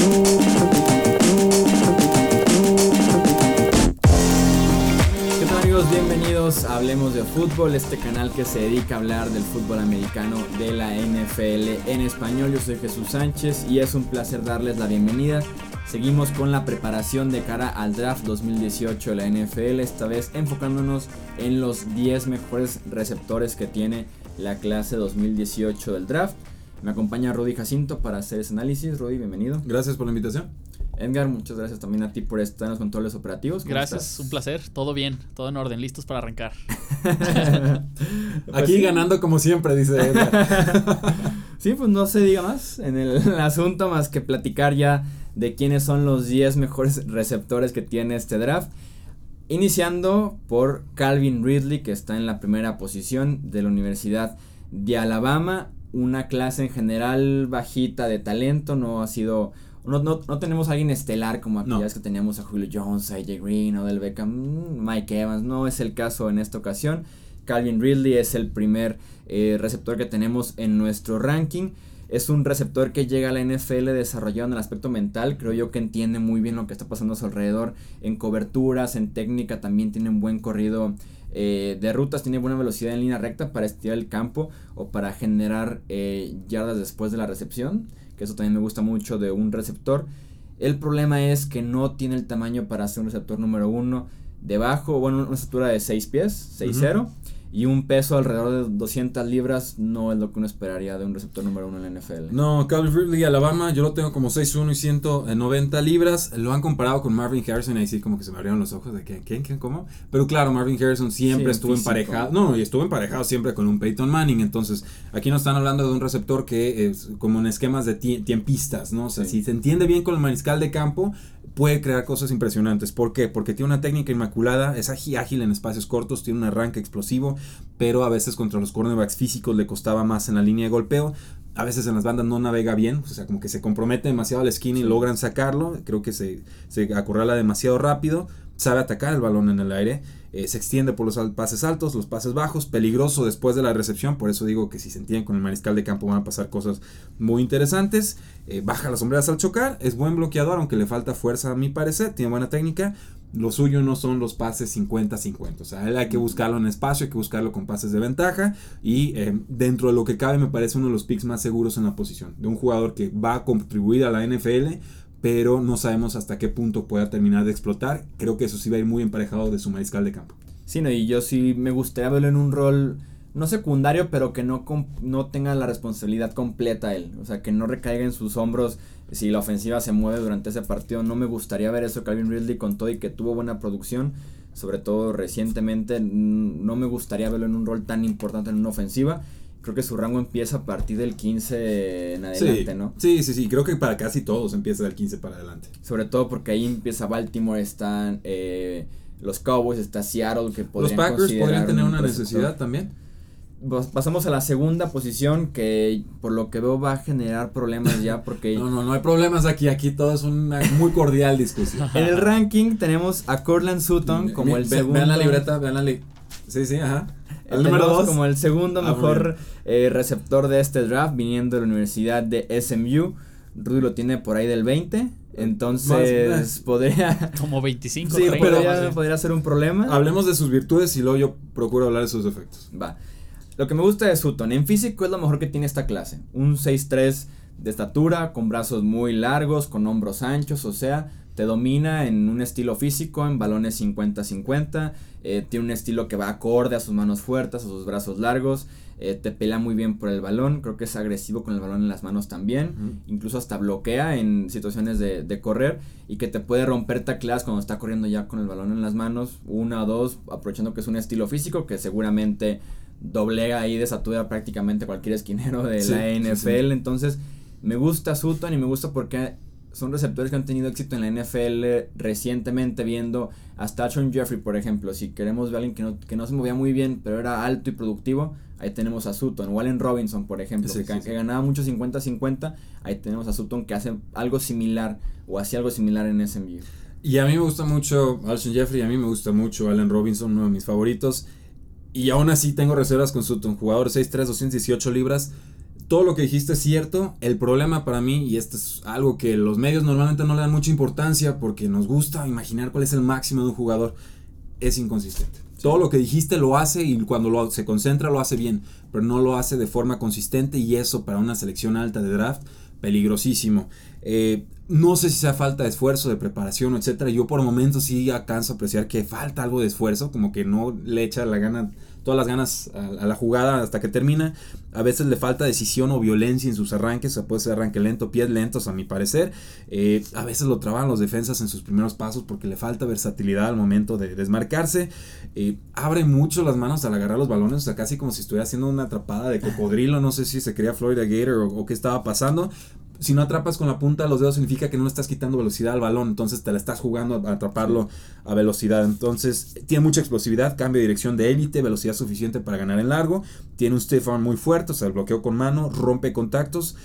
¿Qué tal, amigos? Bienvenidos a Hablemos de Fútbol, este canal que se dedica a hablar del fútbol americano de la NFL en español. Yo soy Jesús Sánchez y es un placer darles la bienvenida. Seguimos con la preparación de cara al draft 2018 de la NFL, esta vez enfocándonos en los 10 mejores receptores que tiene la clase 2018 del draft. Me acompaña Rudy Jacinto para hacer ese análisis. Rudy, bienvenido. Gracias por la invitación. Edgar, muchas gracias también a ti por estar en los controles operativos. Gracias, estás? un placer, todo bien, todo en orden, listos para arrancar. Aquí ganando como siempre, dice Edgar. Sí, pues no se diga más en el asunto más que platicar ya de quiénes son los 10 mejores receptores que tiene este draft. Iniciando por Calvin Ridley, que está en la primera posición de la Universidad de Alabama. Una clase en general bajita de talento, no tenemos a alguien estelar como aquellas que teníamos a Julio Jones, a AJ Green, Odell Beckham, Mike Evans. No es el caso en esta ocasión. Calvin Ridley es el primer receptor que tenemos en nuestro ranking. Es un receptor que llega a la NFL desarrollado en el aspecto mental. Creo yo que entiende muy bien lo que está pasando a su alrededor. En coberturas, en técnica, también tiene un buen corrido de rutas. Tiene buena velocidad en línea recta para estirar el campo o para generar yardas después de la recepción. Que eso también me gusta mucho de un receptor. El problema es que no tiene el tamaño para ser un receptor número 1. Debajo, bueno, una estatura de 6 pies, 6'0", y un peso alrededor de 200 libras no es lo que uno esperaría de un receptor número 1 en la NFL. No, Calvin Ridley, Alabama, yo lo tengo como 6'1" y 190 libras. Lo han comparado con Marvin Harrison, ahí sí como que se me abrieron los ojos de ¿quién, cómo? Pero claro, Marvin Harrison siempre estuvo emparejado, estuvo emparejado siempre con un Peyton Manning. Entonces, aquí nos están hablando de un receptor que es como en esquemas de tiempistas, ¿no? O sea, si se entiende bien con el mariscal de campo, puede crear cosas impresionantes. ¿Por qué? Porque tiene una técnica inmaculada, es ágil en espacios cortos, tiene un arranque explosivo, pero a veces contra los cornerbacks físicos le costaba más en la línea de golpeo. A veces en las bandas no navega bien, o sea, como que se compromete demasiado a la esquina y logran sacarlo. Creo que se acorrala demasiado rápido. Sabe atacar el balón en el aire, se extiende por los pases altos, los pases bajos, peligroso después de la recepción. Por eso digo que si se entienden con el mariscal de campo van a pasar cosas muy interesantes. Baja las sombreras al chocar, es buen bloqueador, aunque le falta fuerza a mi parecer, tiene buena técnica. Lo suyo no son los pases 50-50, o sea, hay que buscarlo en espacio, hay que buscarlo con pases de ventaja. Y dentro de lo que cabe me parece uno de los picks más seguros en la posición, de un jugador que va a contribuir a la NFL, pero no sabemos hasta qué punto pueda terminar de explotar. Creo que eso sí va a ir muy emparejado de su mariscal de campo. Sí, no, y yo sí me gustaría verlo en un rol, no secundario, pero que no tenga la responsabilidad completa él. O sea, que no recaiga en sus hombros si la ofensiva se mueve durante ese partido. No me gustaría ver eso. Calvin Ridley, con todo y que tuvo buena producción, sobre todo recientemente, no me gustaría verlo en un rol tan importante en una ofensiva. Creo que su rango empieza a partir del 15 en adelante, ¿no? Sí, creo que para casi todos empieza del 15 para adelante. Sobre todo porque ahí empieza Baltimore, están los Cowboys, está Seattle, que podrían los Packers podrían tener una receptor. necesidad también. Pasamos a la segunda posición, que por lo que veo va a generar problemas ya porque... No hay problemas aquí todo es una muy cordial discusión. En el ranking tenemos a Courtland Sutton como el segundo... Vean la libreta, Sí, ajá. El número 2 como el segundo mejor receptor de este draft, viniendo de la Universidad de SMU. Rudy lo tiene por ahí del 20, entonces podría... Como 25, sí, 30. podría ser un problema. Hablemos de sus virtudes y luego yo procuro hablar de sus defectos. Va. Lo que me gusta de Sutton, en físico es lo mejor que tiene esta clase. Un 6'3" de estatura, con brazos muy largos, con hombros anchos, o sea, te domina en un estilo físico, en balones 50-50, tiene un estilo que va acorde a sus manos fuertes, a sus brazos largos, te pelea muy bien por el balón, creo que es agresivo con el balón en las manos también, incluso hasta bloquea en situaciones de correr, y que te puede romper tacleadas cuando está corriendo ya con el balón en las manos, 1 o 2, aprovechando que es un estilo físico que seguramente doblega ahí de estatura prácticamente cualquier esquinero de la NFL. Entonces me gusta Sutton y me gusta porque son receptores que han tenido éxito en la NFL recientemente, viendo a Alshon Jeffrey, por ejemplo. Si queremos ver a alguien que no se movía muy bien, pero era alto y productivo, ahí tenemos a Sutton. O Allen Robinson, por ejemplo, que ganaba mucho 50-50, ahí tenemos a Sutton que hace algo similar, o hacía algo similar en SMU. Y a mí me gusta mucho Alshon Jeffrey, a mí me gusta mucho Allen Robinson, uno de mis favoritos. Y aún así tengo reservas con Sutton, jugador 6'3", 218 libras. todo lo que dijiste es cierto. El problema para mí, y esto es algo que los medios normalmente no le dan mucha importancia porque nos gusta imaginar cuál es el máximo de un jugador, es inconsistente. Sí. Todo lo que dijiste lo hace y cuando se concentra lo hace bien, pero no lo hace de forma consistente y eso para una selección alta de draft, peligrosísimo. No sé si sea falta de esfuerzo, de preparación, etcétera. Yo por momentos sí alcanzo a apreciar que falta algo de esfuerzo, como que no le echa todas las ganas a la jugada hasta que termina. A veces le falta decisión o violencia en sus arranques, o sea, puede ser arranque lento, pies lentos a mi parecer. A veces lo traban los defensas en sus primeros pasos porque le falta versatilidad al momento de desmarcarse. Abre mucho las manos al agarrar los balones, o sea, casi como si estuviera haciendo una atrapada de cocodrilo. No sé si se creía Florida Gator o qué estaba pasando. Si no atrapas con la punta de los dedos significa que no le estás quitando velocidad al balón, entonces te la estás jugando a atraparlo a velocidad. Entonces tiene mucha explosividad, cambio de dirección de élite, velocidad suficiente para ganar en largo, tiene un stiff arm muy fuerte, o sea, el bloqueo con mano, rompe contactos.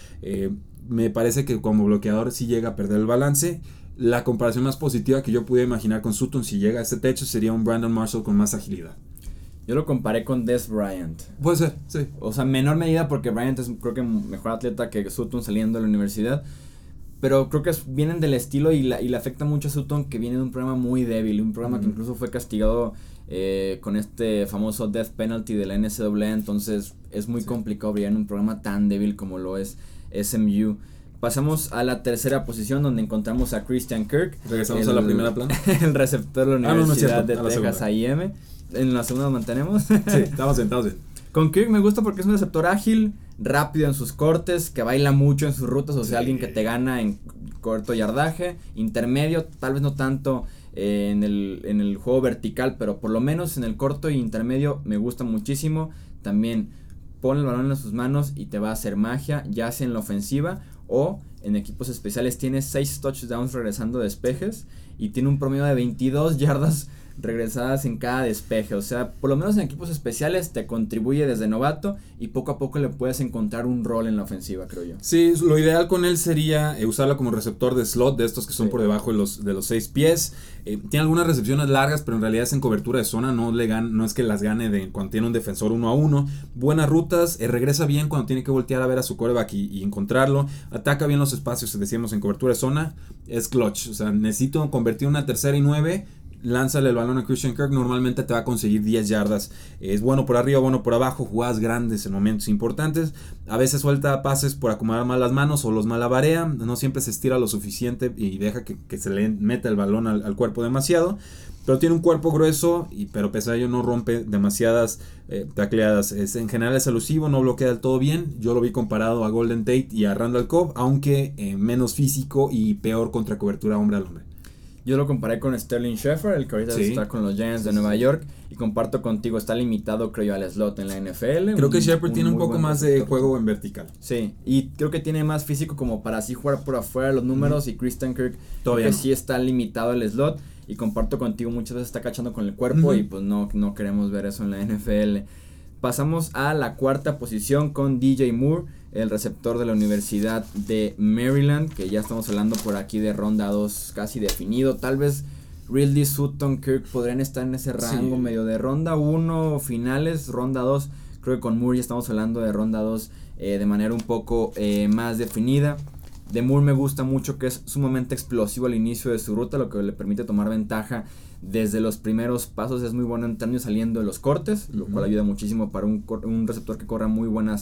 Me parece que como bloqueador sí llega a perder el balance. La comparación más positiva que yo pude imaginar con Sutton, si llega a este techo, sería un Brandon Marshall con más agilidad. Yo lo comparé con Dez Bryant. Puede ser, sí. O sea, menor medida porque Bryant es creo que mejor atleta que Sutton saliendo de la universidad. Pero creo que vienen del estilo y le afecta mucho a Sutton, que viene de un programa muy débil. Un programa que incluso fue castigado con este famoso death penalty de la NCAA. Entonces es muy complicado brillar en un programa tan débil como lo es SMU. Pasamos a la tercera posición donde encontramos a Christian Kirk. Regresamos a la primera plana. El receptor de la Universidad de Texas A&M. En la segunda nos mantenemos. Sí, estamos bien. Con Kirk me gusta porque es un receptor ágil, rápido en sus cortes, que baila mucho en sus rutas, o sea, alguien que te gana en corto yardaje, intermedio, tal vez no tanto en el juego vertical, pero por lo menos en el corto y intermedio me gusta muchísimo. También pone el balón en sus manos y te va a hacer magia, ya sea en la ofensiva o en equipos especiales. Tiene 6 touchdowns regresando despejes y tiene un promedio de 22 yardas regresadas en cada despeje, o sea, por lo menos en equipos especiales te contribuye desde novato y poco a poco le puedes encontrar un rol en la ofensiva, creo yo. Sí, lo ideal con él sería usarlo como receptor de slot, de estos que son por debajo de los 6 pies. Tiene algunas recepciones largas, pero en realidad es en cobertura de zona, no es que las gane cuando tiene un defensor 1-1. Buenas rutas, regresa bien cuando tiene que voltear a ver a su quarterback y encontrarlo. Ataca bien los espacios, decíamos, en cobertura de zona. Es clutch, o sea, necesito convertir una 3rd y 9. Lánzale el balón a Christian Kirk, normalmente te va a conseguir 10 yardas. Es bueno por arriba, bueno por abajo, jugadas grandes en momentos importantes. A veces suelta pases por acomodar mal las manos o los malabarea. No siempre se estira lo suficiente y deja que se le meta el balón al cuerpo demasiado. Pero tiene un cuerpo grueso, pero pese a ello no rompe demasiadas tacleadas. En general es elusivo, no bloquea del todo bien. Yo lo vi comparado a Golden Tate y a Randall Cobb, aunque menos físico y peor contra cobertura hombre al hombre. Yo lo comparé con Sterling Shepard, el que ahorita está con los Giants de Nueva York, y comparto contigo, está limitado creo yo al slot en la NFL. Creo que Shepard tiene un poco más de juego en vertical. Sí, y creo que tiene más físico como para así jugar por afuera de los números, y Christian Kirk que sí está limitado el slot, y comparto contigo, muchas veces está cachando con el cuerpo y pues no queremos ver eso en la NFL. Pasamos a la cuarta posición con DJ Moore, el receptor de la Universidad de Maryland, que ya estamos hablando por aquí de ronda 2 casi definido. Tal vez Ridley, Sutton, Kirk podrían estar en ese rango medio de ronda 1 finales, ronda 2. Creo que con Moore ya estamos hablando de ronda 2 de manera un poco más definida. De Moore me gusta mucho que es sumamente explosivo al inicio de su ruta, lo que le permite tomar ventaja desde los primeros pasos. Es muy bueno entrando y saliendo de los cortes, lo cual ayuda muchísimo para un receptor que corra muy buenas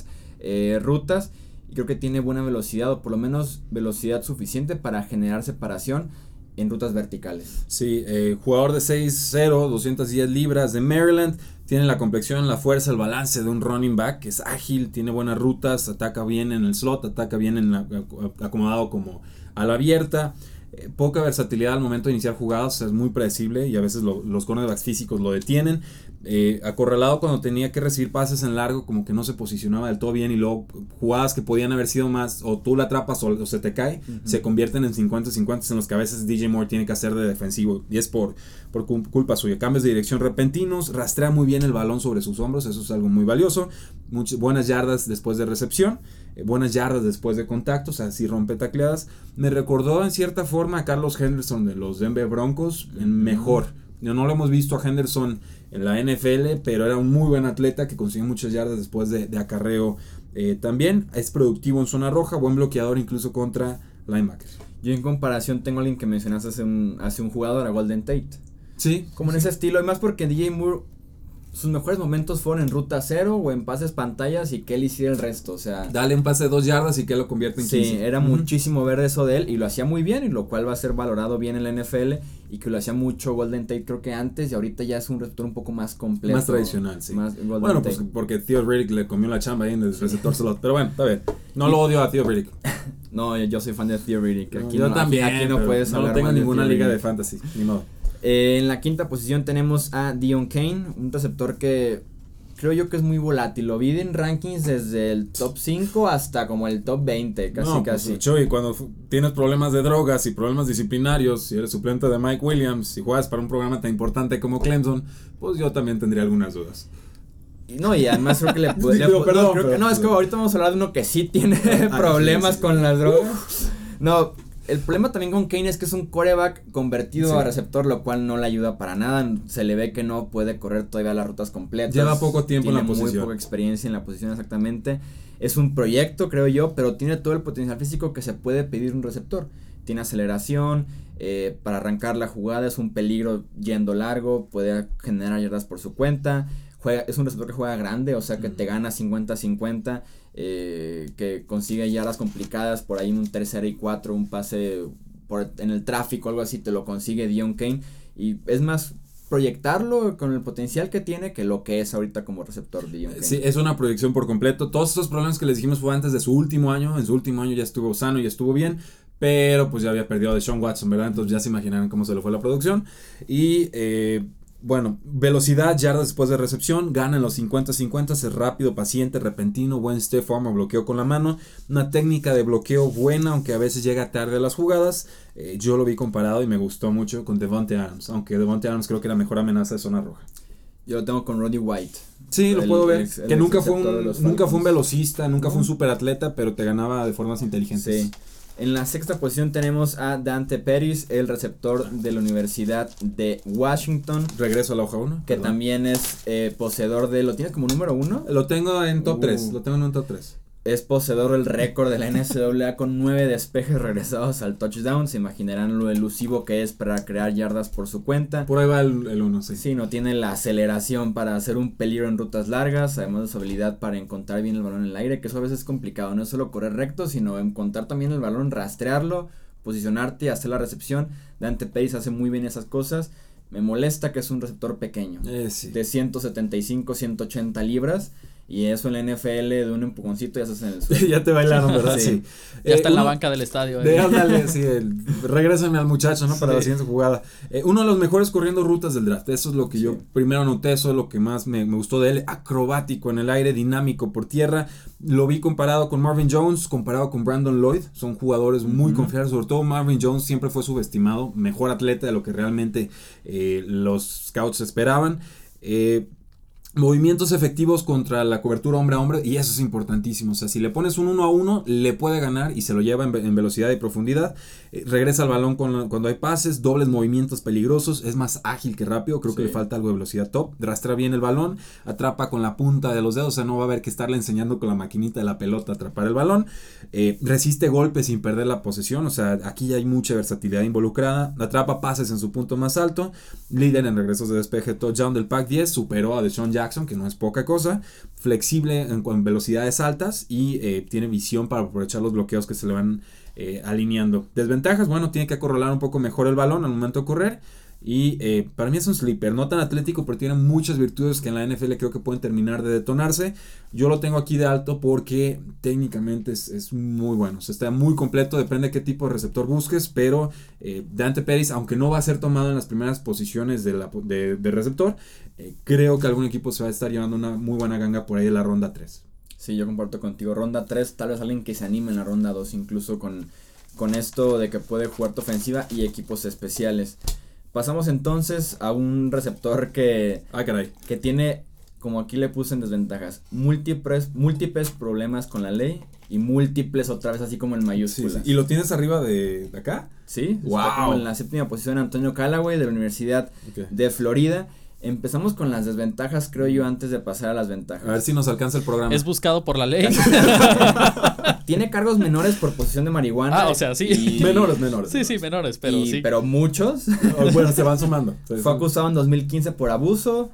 rutas. Y creo que tiene buena velocidad, o por lo menos velocidad suficiente para generar separación en rutas verticales. Sí, jugador de 6'0", 210 libras de Maryland. Tiene la complexión, la fuerza, el balance de un running back. Es ágil, tiene buenas rutas, ataca bien en el slot, ataca bien acomodado como a la abierta. Poca versatilidad al momento de iniciar jugadas, es muy predecible y a veces los cornerbacks físicos lo detienen. Acorralado cuando tenía que recibir pases en largo, como que no se posicionaba del todo bien, y luego jugadas que podían haber sido más, o tú la atrapas o se te cae, se convierten en 50-50 en los que a veces DJ Moore tiene que hacer de defensivo, y es por culpa suya. Cambios de dirección repentinos, rastrea muy bien el balón sobre sus hombros, eso es algo muy valioso. Buenas yardas después de recepción, buenas yardas después de contactos, así rompe tacleadas. Me recordó en cierta forma a Carlos Henderson de los Denver Broncos, mejor, No lo hemos visto a Henderson en la NFL, pero era un muy buen atleta que consiguió muchas yardas después de acarreo. También es productivo en zona roja, buen bloqueador incluso contra linebackers. Yo en comparación tengo a alguien que mencionaste hace un jugador, a Golden Tate. Sí. Como en ese estilo, y más porque DJ Moore, sus mejores momentos fueron en ruta cero o en pases pantallas y que él hiciera el resto, o sea. Dale un pase de 2 yardas y que lo convierte en 15. Sí, era muchísimo ver eso de él y lo hacía muy bien, y lo cual va a ser valorado bien en la NFL, y que lo hacía mucho Golden Tate creo que antes, y ahorita ya es un receptor un poco más completo. Más tradicional, sí. Más bueno, pues porque Theo Riddick le comió la chamba ahí en el receptor slot, pero bueno, está bien. No lo odio a Theo Riddick. No, yo soy fan de Theo Riddick. Yo también, aquí no puedes hablar. No tengo ninguna de liga de fantasy, ni modo. En la quinta posición tenemos a Deon Cain, un receptor que creo yo que es muy volátil. Lo vi en rankings desde el top 5 hasta como el top 20, casi. Pues, Chuy, cuando tienes problemas de drogas y problemas disciplinarios, si eres suplente de Mike Williams y juegas para un programa tan importante como Clemson, pues yo también tendría algunas dudas. No, y además creo que le puede. No, es que ahorita vamos a hablar de uno que sí tiene problemas con las drogas. No, el problema también con Cain es que es un quarterback convertido a receptor, lo cual no le ayuda para nada. Se le ve que no puede correr todavía las rutas completas. Lleva poco tiempo en la posición. Tiene muy poca experiencia en la posición exactamente. Es un proyecto, creo yo, pero tiene todo el potencial físico que se puede pedir un receptor. Tiene aceleración, para arrancar la jugada es un peligro yendo largo, puede generar yardas por su cuenta. Es un receptor que juega grande, o sea que te gana 50-50, que consigue yardas complicadas por ahí en un 3 y 4, un pase en el tráfico, algo así, te lo consigue Deon Cain, y es más proyectarlo con el potencial que tiene que lo que es ahorita como receptor Deon Cain. Sí, es una proyección por completo. Todos estos problemas que les dijimos fue antes de su último año. En su último año ya estuvo sano y estuvo bien, pero pues ya había perdido a Deshaun Watson, ¿verdad? Entonces ya se imaginarán cómo se le fue la producción. Y bueno, velocidad, yardas después de recepción, gana en los 50-50, es rápido, paciente, repentino, buen step arm o bloqueo con la mano, una técnica de bloqueo buena, aunque a veces llega tarde a las jugadas. Yo lo vi comparado y me gustó mucho con Devontae Adams, aunque Devontae Adams creo que era mejor amenaza de zona roja. Yo lo tengo con Roddy White. Sí, lo puedo ver, que nunca fue un velocista, nunca fue un superatleta, pero te ganaba de formas inteligentes. Sí. En la sexta posición tenemos a Dante Pettis, el receptor de la Universidad de Washington. Regreso a la hoja 1. Que también es poseedor de... ¿Lo tienes como número 1? Lo tengo en top 3. Lo tengo en un top 3. Es poseedor del récord de la NCAA con 9 despejes regresados al touchdown. Se imaginarán lo elusivo que es para crear yardas por su cuenta. Por ahí va el 1, sí. Sí, no tiene la aceleración para hacer un peligro en rutas largas. Además de su habilidad para encontrar bien el balón en el aire, que eso a veces es complicado. No es solo correr recto, sino encontrar también el balón, rastrearlo, posicionarte y hacer la recepción. Dante Pettis hace muy bien esas cosas. Me molesta que es un receptor pequeño. Sí. De 175, 180 libras. Y eso en la NFL de un empujoncito ya se hace en el suelo. Ya te bailaron, ¿verdad? Sí. Ya está en la banca del estadio. Ándale, sí, regrésame al muchacho, ¿no? Para la siguiente jugada. Uno de los mejores corriendo rutas del draft. Eso es lo que yo primero noté, eso es lo que más me gustó de él. Acrobático en el aire, dinámico por tierra. Lo vi comparado con Marvin Jones, comparado con Brandon Lloyd. Son jugadores muy confiables, sobre todo Marvin Jones siempre fue subestimado. Mejor atleta de lo que realmente los scouts esperaban. Movimientos efectivos contra la cobertura hombre a hombre, y eso es importantísimo. O sea, si le pones un 1-1, le puede ganar y se lo lleva en velocidad y profundidad. Regresa al balón cuando hay pases, dobles movimientos peligrosos, es más ágil que rápido. Creo que le falta algo de velocidad top. Rastrea bien el balón, atrapa con la punta de los dedos, o sea, no va a haber que estarle enseñando con la maquinita de la pelota a atrapar el balón. Resiste golpes sin perder la posesión, o sea, aquí ya hay mucha versatilidad involucrada. Atrapa pases en su punto más alto. Líder en regresos de despeje, touchdown del Pac-10, superó a Deshaun Jackson, que no es poca cosa, flexible en velocidades altas y tiene visión para aprovechar los bloqueos que se le van alineando. Desventajas, bueno, tiene que acorralar un poco mejor el balón al momento de correr y para mí es un sleeper, no tan atlético, pero tiene muchas virtudes que en la NFL creo que pueden terminar de detonarse. Yo lo tengo aquí de alto porque técnicamente es muy bueno, o sea, está muy completo, depende de qué tipo de receptor busques, pero Dante Pettis, aunque no va a ser tomado en las primeras posiciones de receptor, creo que algún equipo se va a estar llevando una muy buena ganga por ahí de la ronda 3. Sí, yo comparto contigo, ronda 3, tal vez alguien que se anime en la ronda 2, incluso con esto de que puede jugar tu ofensiva y equipos especiales. Pasamos entonces a un receptor que tiene, como aquí le puse en desventajas, múltiples problemas con la ley y múltiples otra vez así como en mayúsculas. Sí. ¿Y lo tienes arriba de acá? Sí, wow. Está como en la 7ª posición Antonio Callaway de la Universidad de Florida. Empezamos con las desventajas, creo yo, antes de pasar a las ventajas. A ver si nos alcanza el programa. Es buscado por la ley. Tiene cargos menores por posesión de marihuana. O sea, sí. Menores. Sí, menores, pero sí. Pero muchos. Bueno, se van sumando. Fue acusado en 2015 por abuso.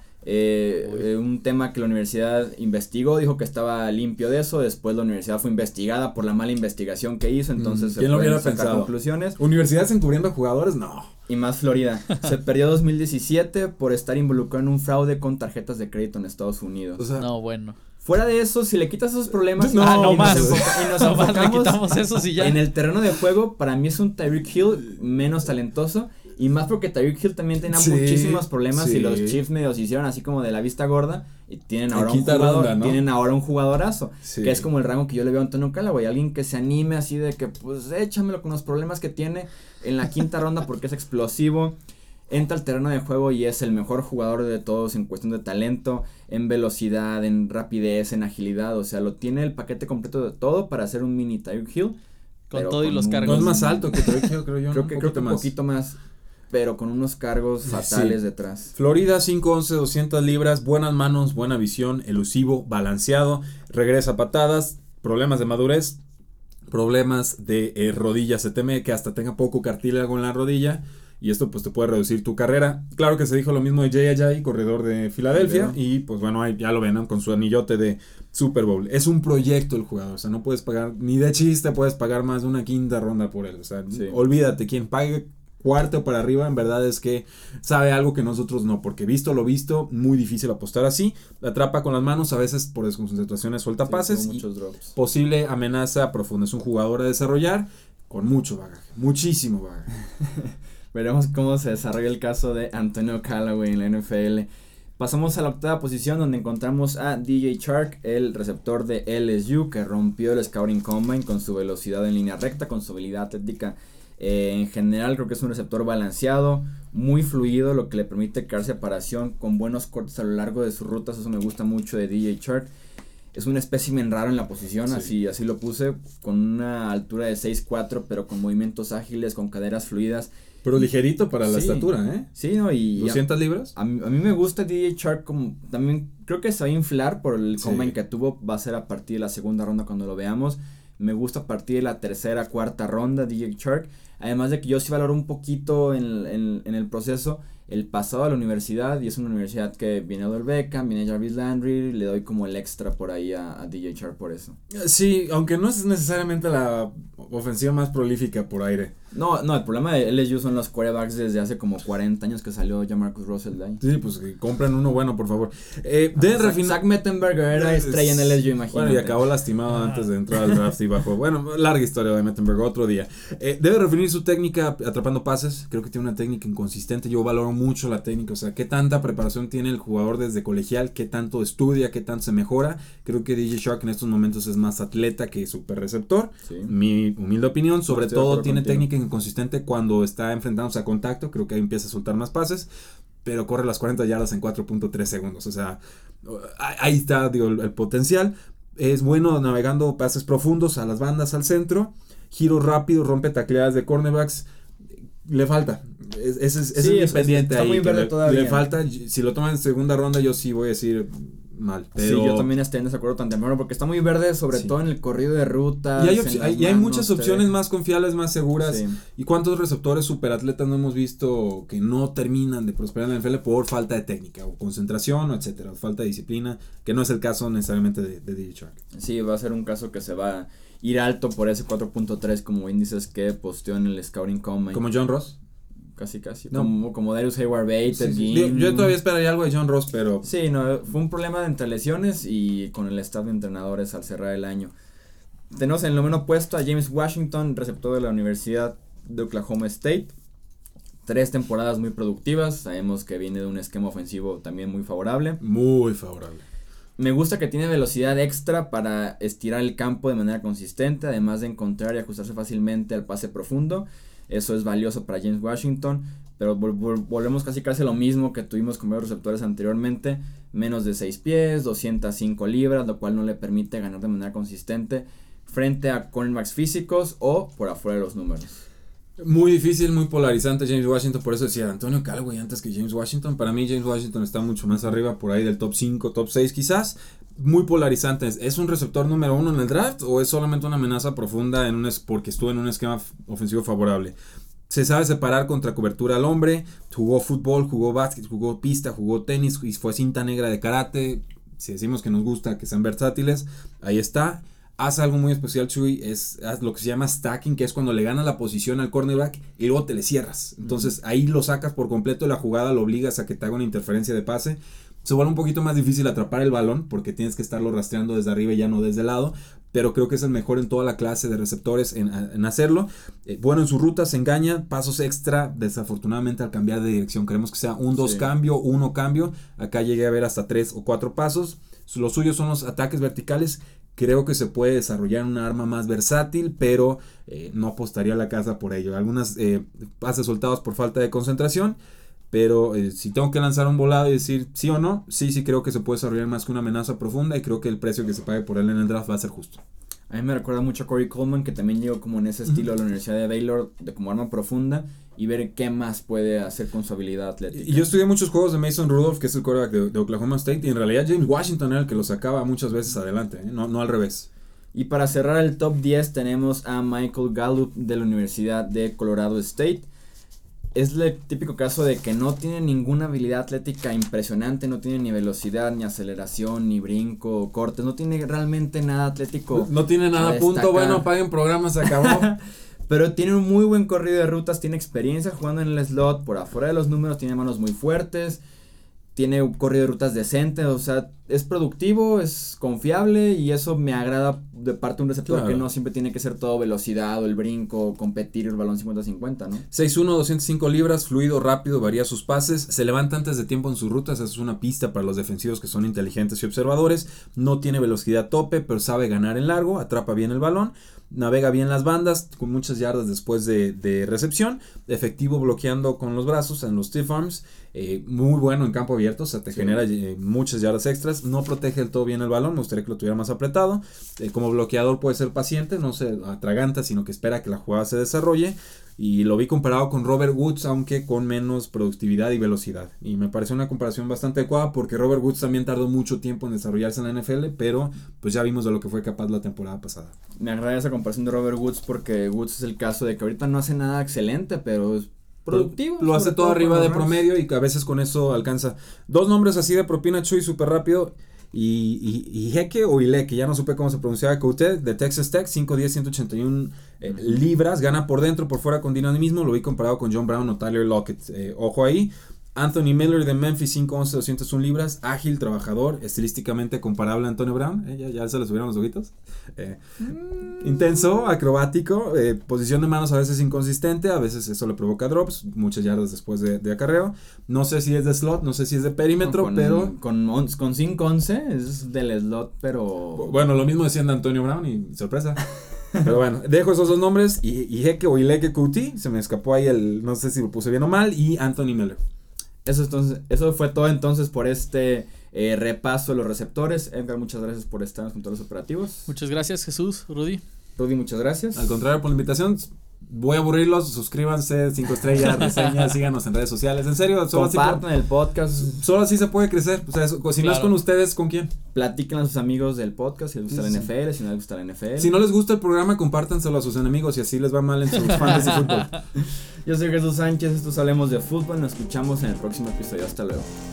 Un tema que la universidad investigó, dijo que estaba limpio de eso. Después la universidad fue investigada por la mala investigación que hizo. Entonces ¿quién lo hubiera sacar pensado? Conclusiones. ¿Universidades encubriendo jugadores? No. Y más Florida. Se perdió 2017 por estar involucrado en un fraude con tarjetas de crédito en Estados Unidos. O sea, No, bueno. Fuera de eso, si le quitas esos problemas, no más. No más le quitamos eso y ya. En el terreno de juego, para mí es un Tyreek Hill menos talentoso. Y más porque Tyreek Hill también tenía muchísimos problemas y los Chiefs medio se hicieron así como de la vista gorda y tienen ahora un jugador, ronda, ¿no? Tienen ahora un jugadorazo, que es como el rango que yo le veo a Antonio Callaway, alguien que se anime así de que pues échamelo con los problemas que tiene en la 5ª ronda porque es explosivo, entra al terreno de juego y es el mejor jugador de todos en cuestión de talento, en velocidad, en rapidez, en agilidad, o sea, lo tiene el paquete completo de todo para hacer un mini Tyreek Hill. Con todo y los cargos. No es más alto que Tyreek Hill, creo yo. Creo que un poquito más. Pero con unos cargos fatales detrás. Florida, 5'11", 200 libras, buenas manos, buena visión, elusivo, balanceado, regresa a patadas, problemas de madurez, problemas de rodilla, se teme que hasta tenga poco cartílago en la rodilla y esto pues te puede reducir tu carrera. Claro que se dijo lo mismo de Jay Ajayi, corredor de Filadelfia, y pues bueno, ahí ya lo ven, ¿no? Con su anillote de Super Bowl. Es un proyecto el jugador, o sea, no puedes pagar, ni de chiste puedes pagar más de una 5ª ronda por él, o sea, olvídate, quien pague 4º para arriba, en verdad es que sabe algo que nosotros no, porque visto lo visto, muy difícil apostar así, atrapa con las manos, a veces por desconcentraciones suelta pases, muchos drops. Posible amenaza profunda, es un jugador a desarrollar con mucho bagaje, muchísimo bagaje. Veremos cómo se desarrolla el caso de Antonio Callaway en la NFL. Pasamos a la 8ª posición donde encontramos a DJ Chark, el receptor de LSU, que rompió el Scouting Combine con su velocidad en línea recta, con su habilidad atlética. En general creo que es un receptor balanceado, muy fluido, lo que le permite crear separación con buenos cortes a lo largo de sus rutas. Eso me gusta mucho de DJ Chark. Es un espécimen raro en la posición, así lo puse, con una altura de 6'4", pero con movimientos ágiles, con caderas fluidas. Pero ligerito para la estatura, ¿eh? Sí, ¿no? Y 200 libras. A mí me gusta DJ Chark, como también creo que se va a inflar por el combine que tuvo, va a ser a partir de la 2ª ronda cuando lo veamos. Me gusta a partir de la 3ª, 4ª ronda DJ Chark. Además de que yo sí valoro un poquito en el proceso el pasado a la universidad, y es una universidad que viene Odell Beckham, viene Jarvis Landry, le doy como el extra por ahí a DJ Chark por eso. Sí, aunque no es necesariamente la ofensiva más prolífica por aire. No, el problema de LSU son los quarterbacks desde hace como 40 años que salió Jamarcus Russell de ahí. Sí, pues que compren uno bueno, por favor. Zach Mettenberger era estrella en LSU, imagínate. Bueno, y acabó lastimado antes de entrar al draft y bajo. Bueno, larga historia de Mettenberger, otro día. Debe refinir su técnica atrapando pases. Creo que tiene una técnica inconsistente. Yo valoro mucho la técnica. O sea, qué tanta preparación tiene el jugador desde colegial, qué tanto estudia, qué tanto se mejora. Creo que DJ Chark en estos momentos es más atleta que super receptor. Sí. Mi humilde opinión. Sobre todo tiene técnica inconsistente cuando está enfrentándose a contacto. Creo que ahí empieza a soltar más pases, pero corre las 40 yardas en 4.3 segundos. O sea, ahí está, digo, el potencial. Es bueno navegando pases profundos a las bandas, al centro. Giro rápido, rompe tacleadas de cornerbacks. Le falta. Es independiente ahí. Muy verde todavía. Le falta. Si lo toman en 2ª ronda, yo sí voy a decir mal. Pero sí, yo también estoy en desacuerdo tan temprano porque está muy verde, sobre todo en el corrido de ruta. Y hay muchas opciones más confiables, más seguras. Sí. ¿Y cuántos receptores superatletas no hemos visto que no terminan de prosperar en la NFL por falta de técnica o concentración, o etcétera, falta de disciplina, que no es el caso necesariamente de DJ Chark? Sí, va a ser un caso que se va a ir alto por ese 4.3 como índices que posteó en el Scouting Combine. ¿Como John Ross? Casi. No. Como Darius Hayward-Bates. Yo todavía esperaría algo de John Ross, pero... Sí, no, fue un problema entre lesiones y con el staff de entrenadores al cerrar el año. Tenemos en el noveno puesto a James Washington, receptor de la Universidad de Oklahoma State. 3 temporadas muy productivas, sabemos que viene de un esquema ofensivo también muy favorable. Muy favorable. Me gusta que tiene velocidad extra para estirar el campo de manera consistente, además de encontrar y ajustarse fácilmente al pase profundo. Eso es valioso para James Washington, pero volvemos casi lo mismo que tuvimos con varios receptores anteriormente. Menos de 6 pies, 205 libras, lo cual no le permite ganar de manera consistente frente a cornerbacks físicos o por afuera de los números. Muy difícil, muy polarizante James Washington, por eso decía Antonio Callaway antes que James Washington. Para mí James Washington está mucho más arriba, por ahí del top 5, top 6 quizás. Muy polarizante. ¿Es un receptor número 1 en el draft o es solamente una amenaza profunda porque estuvo en un esquema ofensivo favorable? Se sabe separar contra cobertura al hombre, jugó fútbol, jugó básquet, jugó pista, jugó tenis y fue cinta negra de karate. Si decimos que nos gusta que sean versátiles, ahí está. Hace algo muy especial, Chuy, es lo que se llama stacking, que es cuando le ganas la posición al cornerback y luego te le cierras. Entonces ahí lo sacas por completo de la jugada, lo obligas a que te haga una interferencia de pase. Se vuelve un poquito más difícil atrapar el balón porque tienes que estarlo rastreando desde arriba y ya no desde el lado, pero creo que es el mejor en toda la clase de receptores en hacerlo. Bueno, en su ruta se engaña, pasos extra, desafortunadamente al cambiar de dirección. Queremos que sea un 2 cambio, 1 cambio. Acá llegué a ver hasta 3 o 4 pasos. Los suyos son los ataques verticales. Creo que se puede desarrollar una arma más versátil, pero no apostaría a la casa por ello. Algunas pases soltados por falta de concentración, pero si tengo que lanzar un volado y decir sí o no, sí creo que se puede desarrollar más que una amenaza profunda y creo que el precio que se pague por él en el draft va a ser justo. A mí me recuerda mucho a Corey Coleman, que también llegó como en ese estilo a la Universidad de Baylor, de como arma profunda, y ver qué más puede hacer con su habilidad atlética. Y yo estudié muchos juegos de Mason Rudolph, que es el quarterback de Oklahoma State, y en realidad James Washington era el que lo sacaba muchas veces adelante, no al revés. Y para cerrar el top 10 tenemos a Michael Gallup de la Universidad de Colorado State. Es el típico caso de que no tiene ninguna habilidad atlética impresionante, no tiene ni velocidad, ni aceleración, ni brinco, cortes, no tiene realmente nada atlético. No tiene nada, punto, bueno, paguen programas, se acabó. Pero tiene un muy buen corrido de rutas, tiene experiencia jugando en el slot, por afuera de los números, tiene manos muy fuertes, tiene un corrido de rutas decente, o sea, es productivo, es confiable y eso me agrada de parte de un receptor que no siempre tiene que ser todo velocidad o el brinco, competir el balón 50-50, ¿no? 6'1", 205 libras, fluido, rápido, varía sus pases, se levanta antes de tiempo en sus rutas, eso es una pista para los defensivos que son inteligentes y observadores, no tiene velocidad tope, pero sabe ganar en largo, atrapa bien el balón, navega bien las bandas, con muchas yardas después de recepción, efectivo bloqueando con los brazos en los stiff arms, muy bueno en campo abierto, o sea, te genera muchas yardas extras, no protege del todo bien el balón, me gustaría que lo tuviera más apretado, como bloqueador puede ser paciente, no se atraganta, sino que espera que la jugada se desarrolle, y lo vi comparado con Robert Woods, aunque con menos productividad y velocidad, y me pareció una comparación bastante adecuada, porque Robert Woods también tardó mucho tiempo en desarrollarse en la NFL, pero pues ya vimos de lo que fue capaz la temporada pasada. Me agrada esa comparación de Robert Woods, porque Woods es el caso de que ahorita no hace nada excelente, pero es productivo. Lo hace todo arriba de promedio y que a veces con eso alcanza. 2 nombres así de propina, Chuy, súper rápido. Y Jeque o Ileke, ya no supe cómo se pronunciaba, Coutet, de Texas Tech, 5'10", 181 libras, gana por dentro, por fuera con dinamismo, lo vi comparado con John Brown o Tyler Lockett, ojo ahí. Anthony Miller de Memphis, 5'11", 201 libras, ágil, trabajador, estilísticamente comparable a Antonio Brown, ya se le subieron los ojitos. Intenso, acrobático, posición de manos a veces inconsistente, a veces eso le provoca drops, muchas yardas después de acarreo. No sé si es de slot, no sé si es de perímetro, pero... Con 5'11", es del slot, pero... Bueno, lo mismo decían de Antonio Brown y sorpresa. Pero bueno, dejo esos 2 nombres, y Jeque o Ileke Couti, se me escapó ahí no sé si lo puse bien o mal, y Anthony Miller. Eso fue todo entonces por este repaso de los receptores. Edgar, muchas gracias por estar con todos los operativos. Muchas gracias, Jesús. Rudy, muchas gracias. Al contrario por la invitación. Voy a aburrirlos, suscríbanse, 5 estrellas, reseñas, síganos en redes sociales. En serio, solo compartan el podcast. Solo así se puede crecer. O sea, si no es con ustedes, ¿con quién? Platiquen a sus amigos del podcast si les gusta la NFL, si no les gusta la NFL. Si no les gusta el programa, compártanselo a sus enemigos y así les va mal en sus fantasy fútbol. Yo soy Jesús Sánchez, esto es Hablemos de Fútbol. Nos escuchamos en el próximo episodio. Hasta luego.